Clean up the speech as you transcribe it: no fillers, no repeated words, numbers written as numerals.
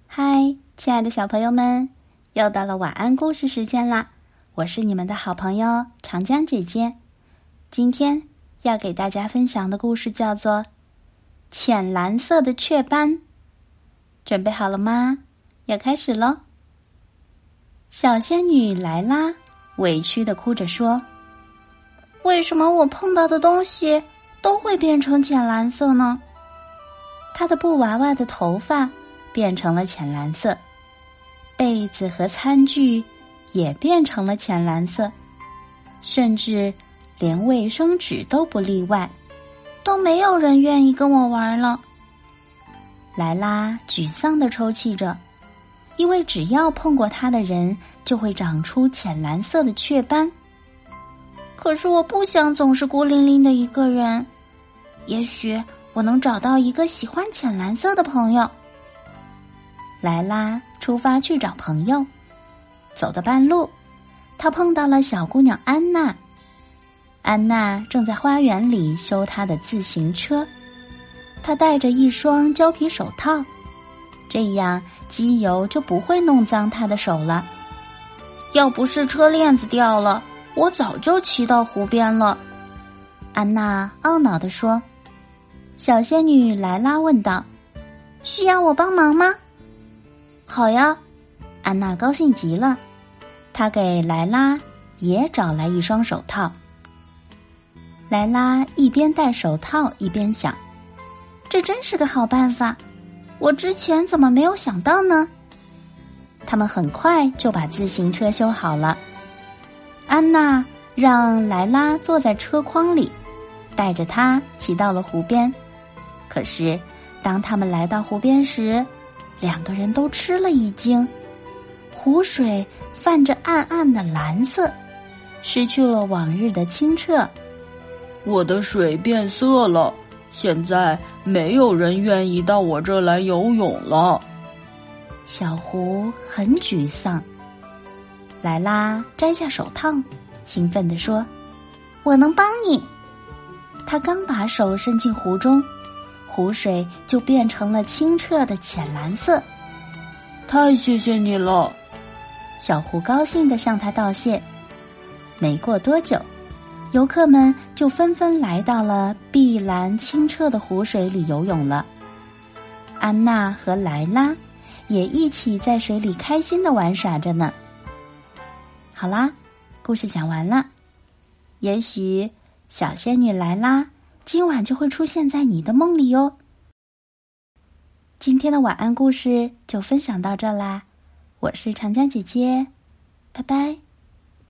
嗨，亲爱的小朋友们，又到了晚安故事时间啦！我是你们的好朋友长江姐姐。今天要给大家分享的故事叫做《浅蓝色的雀斑》。准备好了吗？要开始咯！小仙女莱拉委屈地哭着说：“为什么我碰到的东西都会变成浅蓝色呢？”她的布娃娃的头发变成了浅蓝色，被子和餐具也变成了浅蓝色，甚至连卫生纸都不例外，都没有人愿意跟我玩了。莱拉沮丧地抽泣着，因为只要碰过她的人，就会长出浅蓝色的雀斑。可是我不想总是孤零零的一个人，也许我能找到一个喜欢浅蓝色的朋友。莱拉出发去找朋友，走到半路，她碰到了小姑娘安娜。安娜正在花园里修她的自行车，她戴着一双胶皮手套，这样机油就不会弄脏她的手了。要不是车链子掉了，我早就骑到湖边了。安娜懊恼地说。小仙女莱拉问道：“需要我帮忙吗？”好呀，安娜高兴极了，她给莱拉也找来一双手套。莱拉一边戴手套一边想，这真是个好办法，我之前怎么没有想到呢？他们很快就把自行车修好了。安娜让莱拉坐在车筐里，带着她骑到了湖边。可是当他们来到湖边时，两个人都吃了一惊，湖水泛着暗暗的蓝色，失去了往日的清澈。 我的水变色了，现在没有人愿意到我这来游泳了。 小湖很沮丧。莱拉摘下手套，兴奋地说：“我能帮你。”她刚把手伸进湖中，湖水就变成了清澈的浅蓝色。 太谢谢你了！ 小湖高兴地向她道谢。没过多久，游客们就纷纷来到了碧蓝清澈的湖水里游泳了。安娜和莱拉也一起在水里开心地玩耍着呢。好啦，故事讲完了。也许小仙女莱拉今晚就会出现在你的梦里哟。今天的晚安故事就分享到这啦，我是长江姐姐，拜拜。